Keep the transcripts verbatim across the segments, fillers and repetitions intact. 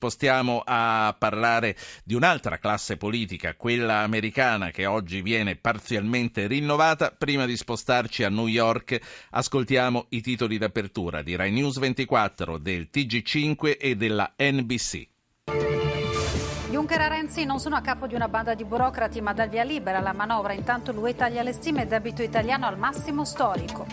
spostiamo a parlare di un'altra classe politica, quella americana, che oggi viene parzialmente rinnovata. Prima di spostarci a New York, ascoltiamo i titoli d'apertura di Rai News ventiquattro, del T G cinque e della N B C. Juncker e Renzi non sono a capo di una banda di burocrati, ma dal via libera alla manovra. Intanto l'U E taglia le stime, debito italiano al massimo storico.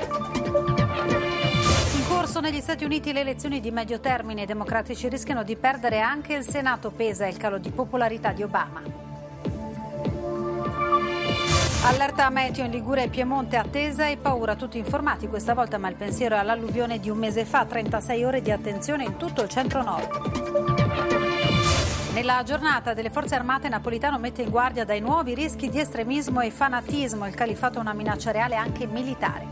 In corso negli Stati Uniti le elezioni di medio termine, i democratici rischiano di perdere anche il Senato, pesa il calo di popolarità di Obama. Allerta meteo in Liguria e Piemonte, attesa e paura, tutti informati questa volta, ma il pensiero è all'alluvione di un mese fa, trentasei ore di attenzione in tutto il centro-nord. Nella giornata delle forze armate, Napolitano mette in guardia dai nuovi rischi di estremismo e fanatismo. Il califfato è una minaccia reale anche militare.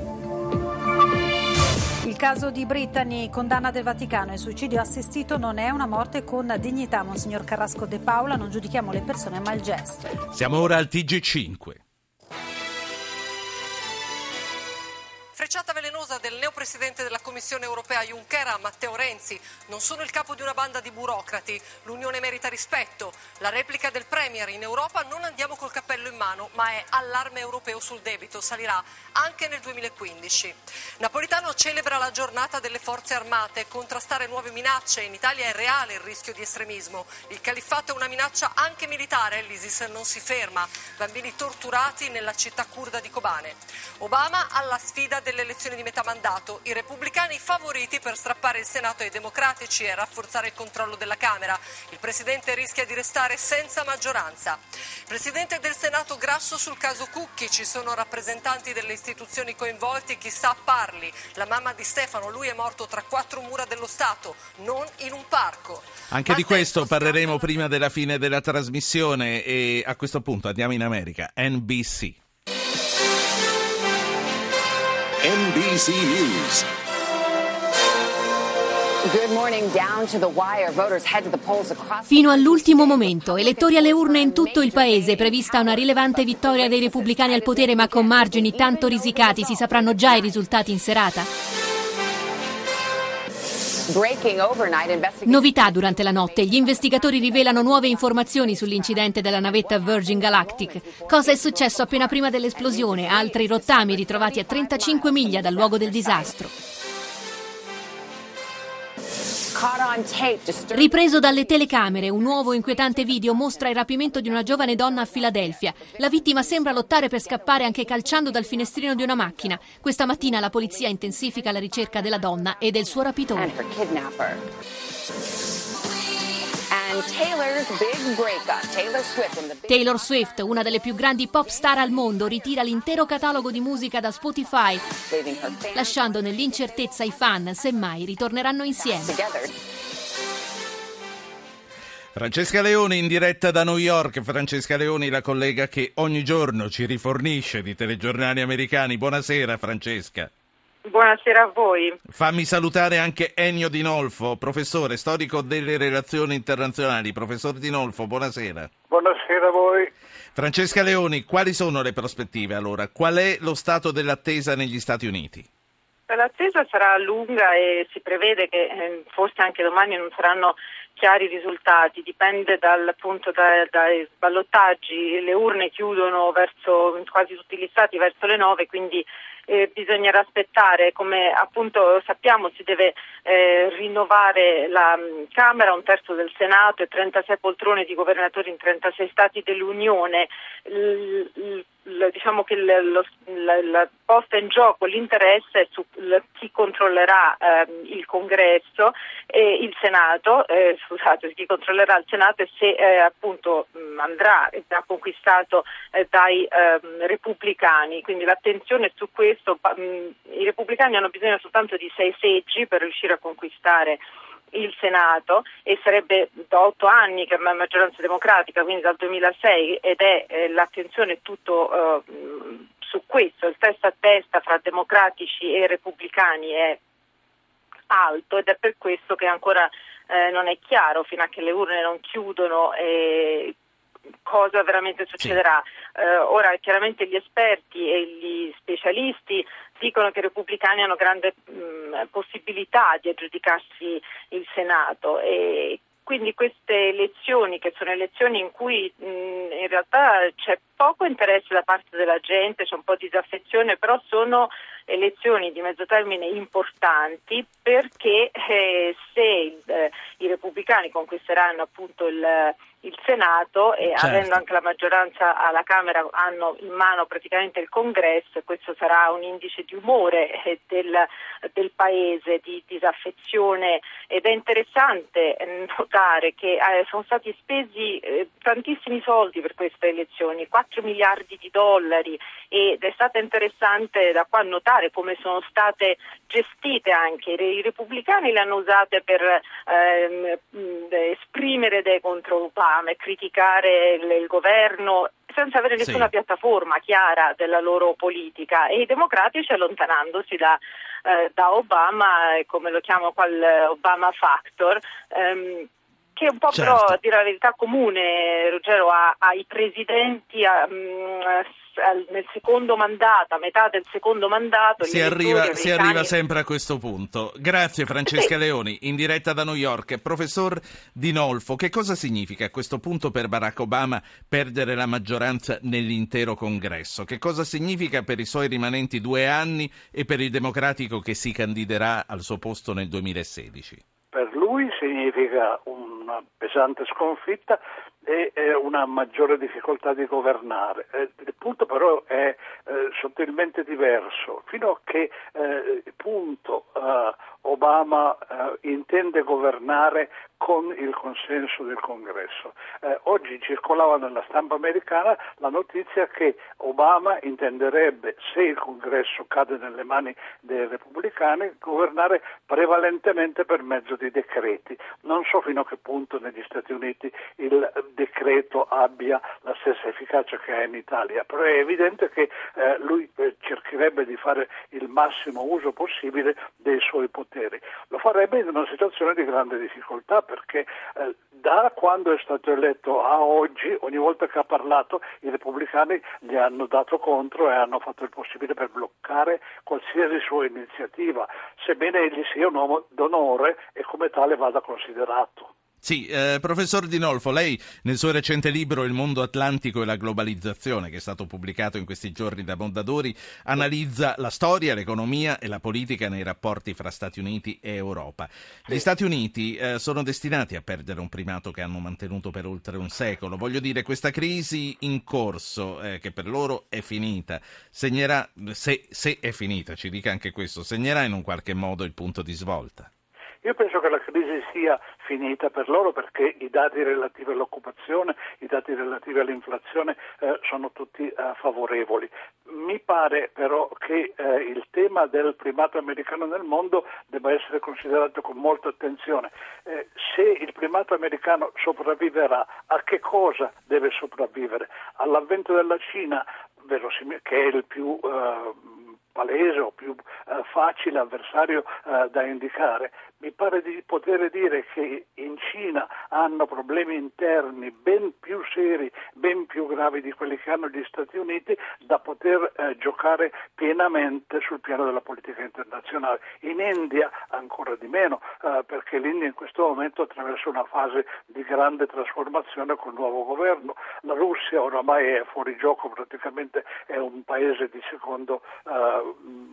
Il caso di Brittany, condanna del Vaticano e suicidio assistito, non è una morte con dignità. Monsignor Carrasco De Paula, non giudichiamo le persone ma il gesto. Siamo ora al T G cinque. Frecciata velenosa del neopresidente della Commissione europea Juncker a Matteo Renzi. Non sono il capo di una banda di burocrati. L'Unione merita rispetto. La replica del Premier: in Europa non andiamo col cappello in mano, ma è allarme europeo sul debito. Salirà anche nel duemilaquindici. Napolitano celebra la giornata delle forze armate. Contrastare nuove minacce. In Italia è reale il rischio di estremismo. Il califfato è una minaccia anche militare. L'ISIS non si ferma. Bambini torturati nella città curda di Kobane. Obama alla sfida delle elezioni di metà mandato, i repubblicani favoriti per strappare il Senato ai democratici e rafforzare il controllo della Camera. Il presidente rischia di restare senza maggioranza. Presidente del Senato grasso sul caso Cucchi, ci sono rappresentanti delle istituzioni coinvolti, chissà parli. La mamma di Stefano, lui è morto tra quattro mura dello Stato, non in un parco. Anche di questo parleremo prima della fine della trasmissione e a questo punto andiamo in America. N B C. N B C News. Good morning. Down to the wire. Voters head to the polls across. Fino all'ultimo momento, elettori alle urne in tutto il paese, prevista una rilevante vittoria dei repubblicani al potere, ma con margini tanto risicati. Si sapranno già i risultati in serata. Novità durante la notte, gli investigatori rivelano nuove informazioni sull'incidente della navetta Virgin Galactic. Cosa è successo appena prima dell'esplosione? Altri rottami ritrovati a trentacinque miglia dal luogo del disastro. Ripreso dalle telecamere, un nuovo inquietante video mostra il rapimento di una giovane donna a Filadelfia. La vittima sembra lottare per scappare anche calciando dal finestrino di una macchina. Questa mattina la polizia intensifica la ricerca della donna e del suo rapitore. Taylor Swift, una delle più grandi pop star al mondo, ritira l'intero catalogo di musica da Spotify, lasciando nell'incertezza i fan se mai ritorneranno insieme. Francesca Leoni in diretta da New York. Francesca Leoni, la collega che ogni giorno ci rifornisce di telegiornali americani. Buonasera Francesca. Buonasera a voi. Fammi salutare anche Ennio Dinolfo, professore storico delle relazioni internazionali. Professor Dinolfo, buonasera. Buonasera a voi. Francesca Leoni, quali sono le prospettive allora? Qual è lo stato dell'attesa negli Stati Uniti? L'attesa sarà lunga e si prevede che eh, forse anche domani non saranno chiari i risultati, dipende dal, appunto da, dai ballottaggi. Le urne chiudono verso quasi tutti gli stati verso le nove, quindi eh, bisognerà aspettare. Come appunto sappiamo si deve eh, rinnovare la mh, Camera, un terzo del Senato e trentasei poltrone di governatori in trentasei stati dell'Unione. L, l, l, diciamo che l, lo, la, la posta in gioco, l'interesse è su l, chi controllerà eh, il Congresso e il Senato, eh, scusate, chi controllerà il Senato e se eh, appunto mh, andrà e verrà conquistato eh, dai eh, repubblicani. Quindi l'attenzione è su questo. Mh, I repubblicani hanno bisogno soltanto di sei seggi per riuscire a conquistare il Senato e sarebbe da otto anni che è una maggioranza democratica, quindi dal duemilasei, ed è eh, l'attenzione tutto eh, su questo. Il testa a testa fra democratici e repubblicani è alto ed è per questo che ancora eh, non è chiaro, fino a che le urne non chiudono, eh, cosa veramente succederà. Sì. Eh, ora chiaramente gli esperti e gli specialisti dicono che i repubblicani hanno grande mh, possibilità di aggiudicarsi il Senato e quindi queste elezioni, che sono elezioni in cui mh, in realtà c'è poco interesse da parte della gente, c'è un po' di disaffezione, però sono elezioni di mezzo termine importanti perché eh, se il, eh, i repubblicani conquisteranno appunto il, il Senato e certo. avendo anche la maggioranza alla Camera hanno in mano praticamente il Congresso, e questo sarà un indice di umore eh, del, del paese, di disaffezione, ed è interessante eh, notare che eh, sono stati spesi eh, tantissimi soldi per queste elezioni, quattro miliardi di dollari, ed è stato interessante da qua notare come sono state gestite anche. I repubblicani le hanno usate per ehm, esprimere idee contro Obama e criticare il, il governo senza avere nessuna sì. piattaforma chiara della loro politica, e i democratici allontanandosi da, eh, da Obama, come lo chiamo qua l'Obama Factor, ehm, che è un po' certo. però, a dire la verità, comune, Ruggero, ai presidenti a, mh, nel secondo mandato, a metà del secondo mandato. Si arriva, si arriva sempre a questo punto. Grazie Francesca sì. Leoni, in diretta da New York. Professor Dinolfo, che cosa significa a questo punto per Barack Obama perdere la maggioranza nell'intero Congresso? Che cosa significa per i suoi rimanenti due anni e per il democratico che si candiderà al suo posto nel duemilasedici? Per lui significa una pesante sconfitta e una maggiore difficoltà di governare. Il punto però è eh, sottilmente diverso. Fino a che eh, punto eh, Obama eh, intende governare con il consenso del Congresso. Eh, oggi circolava nella stampa americana la notizia che Obama intenderebbe, se il Congresso cade nelle mani dei repubblicani, governare prevalentemente per mezzo di decreti. Non so fino a che punto negli Stati Uniti il decreto abbia la stessa efficacia che ha in Italia, però è evidente che eh, lui eh, cercherebbe di fare il massimo uso possibile dei suoi poteri. Lo farebbe in una situazione di grande difficoltà, perché eh, da quando è stato eletto a oggi, ogni volta che ha parlato, i repubblicani gli hanno dato contro e hanno fatto il possibile per bloccare qualsiasi sua iniziativa, sebbene egli sia un uomo d'onore e come tale vada considerato. Sì, eh, professor Dinolfo, lei nel suo recente libro Il mondo atlantico e la globalizzazione, che è stato pubblicato in questi giorni da Mondadori, analizza la storia, l'economia e la politica nei rapporti fra Stati Uniti e Europa. Gli Stati Uniti eh, sono destinati a perdere un primato che hanno mantenuto per oltre un secolo. Voglio dire, questa crisi in corso, eh, che per loro è finita, segnerà, se, se è finita, ci dica anche questo, segnerà in un qualche modo il punto di svolta? Io penso che la crisi sia finita per loro, perché i dati relativi all'occupazione, i dati relativi all'inflazione eh, sono tutti eh, favorevoli. Mi pare però che eh, il tema del primato americano nel mondo debba essere considerato con molta attenzione. Eh, se il primato americano sopravviverà, a che cosa deve sopravvivere? All'avvento della Cina, verosimil- che è il più eh, palese o più eh, facile avversario eh, da indicare. Mi pare di poter dire che in Cina hanno problemi interni ben più seri, ben più gravi di quelli che hanno gli Stati Uniti, da poter eh, giocare pienamente sul piano della politica internazionale. In India ancora di meno, eh, perché l'India in questo momento attraversa una fase di grande trasformazione col nuovo governo. La Russia oramai è fuori gioco, praticamente è un paese di secondo eh,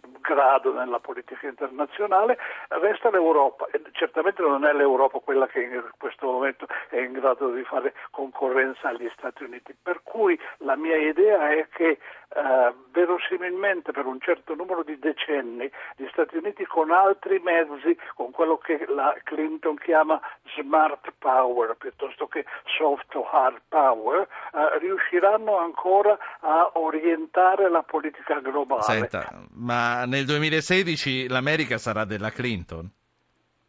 grado nella politica internazionale. Resta l'Europa. E certamente non è l'Europa quella che in questo momento è in grado di fare concorrenza agli Stati Uniti, per cui la mia idea è che eh, verosimilmente per un certo numero di decenni gli Stati Uniti, con altri mezzi, con quello che la Clinton chiama smart power piuttosto che soft o hard power, eh, riusciranno ancora a orientare la politica globale. Senta, ma nel duemilasedici l'America sarà della Clinton?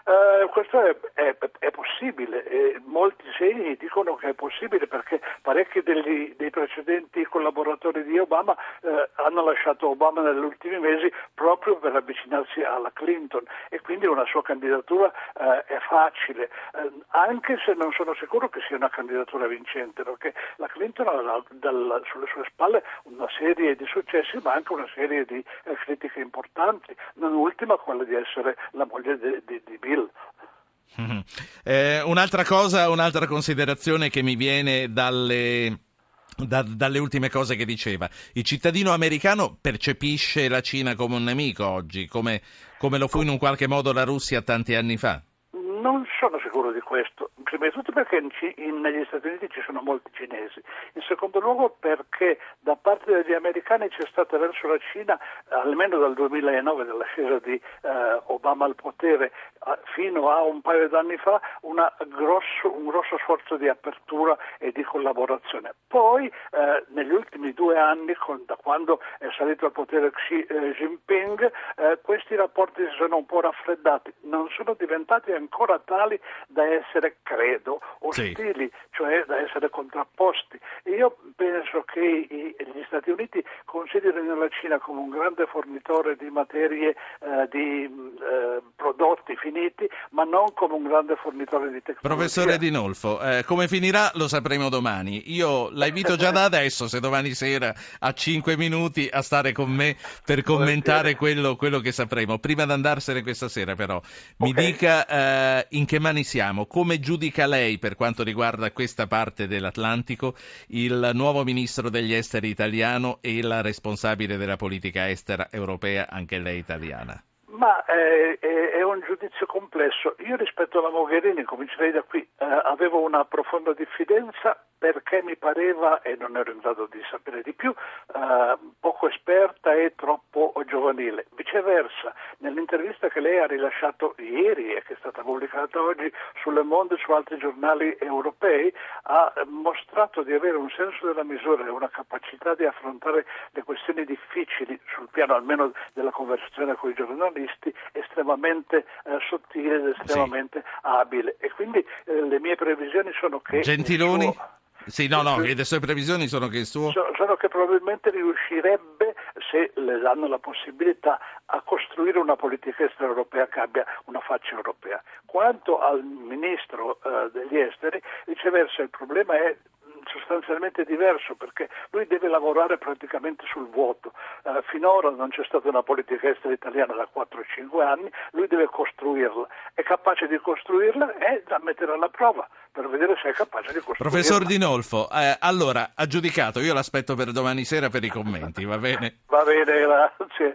Uh, questo è, è, è possibile, e molti segni dicono che è possibile perché parecchi degli, dei precedenti collaboratori di Obama eh, hanno lasciato Obama negli ultimi mesi proprio per avvicinarsi alla Clinton e quindi una sua candidatura eh, è facile, eh, anche se non sono sicuro che sia una candidatura vincente, perché la Clinton ha dal, sulle sue spalle una serie di successi ma anche una serie di eh, critiche importanti, non ultima quella di essere la moglie di, di, di Bill. Mm-hmm. Eh, un'altra cosa, un'altra considerazione che mi viene dalle, da, dalle ultime cose che diceva: il cittadino americano percepisce la Cina come un nemico oggi, come, come lo fu in un qualche modo la Russia tanti anni fa? Non sono sicuro di questo, prima di tutto perché in, in, negli Stati Uniti ci sono molti cinesi, in secondo luogo perché da parte degli americani c'è stata verso la Cina, almeno dal duemilanove, dall'ascesa di eh, Obama al potere, a, fino a un paio d'anni fa, una grosso, un grosso sforzo di apertura e di collaborazione. Poi eh, negli ultimi due anni, con, da quando è salito al potere Xi eh, Jinping, eh, questi rapporti si sono un po' raffreddati, non sono diventati ancora tali da essere, credo, ostili, sì. Cioè da essere contrapposti. E io penso che i, gli Stati Uniti considerino la Cina come un grande fornitore di materie, eh, di eh, prodotti finiti, ma non come un grande fornitore di tecnologia. Professore Dinolfo, eh, come finirà lo sapremo domani. Io la invito già da adesso, se domani sera ha cinque minuti, a stare con me per commentare quello, quello che sapremo. Prima di andarsene questa sera però, mi okay. dica eh, in che mani siamo, come giudica lei per quanto riguarda questa parte dell'Atlantico il nuovo ministro degli esteri italiano e la responsabile della politica estera europea, anche lei italiana? Ma è, è, è un giudizio complesso. Io rispetto alla Mogherini, comincerei da qui, eh, avevo una profonda diffidenza perché mi pareva, e non ero in grado di sapere di più, eh, poco esperta e troppo giovanile. Viceversa, nell'intervista che lei ha rilasciato ieri e che è stata pubblicata oggi su Le Monde e su altri giornali europei, ha mostrato di avere un senso della misura e una capacità di affrontare le questioni difficili sul piano almeno della conversazione con i giornalisti estremamente eh, sottile ed estremamente sì. abile. E quindi eh, le mie previsioni sono che... Gentiloni? Il suo... Sì, no, no, le sue previsioni sono che il suo... Sono che probabilmente riuscirebbe, se le danno la possibilità, a costruire una politica estera europea che abbia una faccia europea. Quanto al ministro eh, degli esteri, viceversa, il problema è sostanzialmente diverso perché lui deve lavorare praticamente sul vuoto. Uh, finora non c'è stata una politica estera italiana da quattro cinque anni, lui deve costruirla. È capace di costruirla e da mettere alla prova per vedere se è capace di costruirla. Professor Dinolfo, eh, allora, aggiudicato, io l'aspetto per domani sera per i commenti, va bene? Va bene, grazie.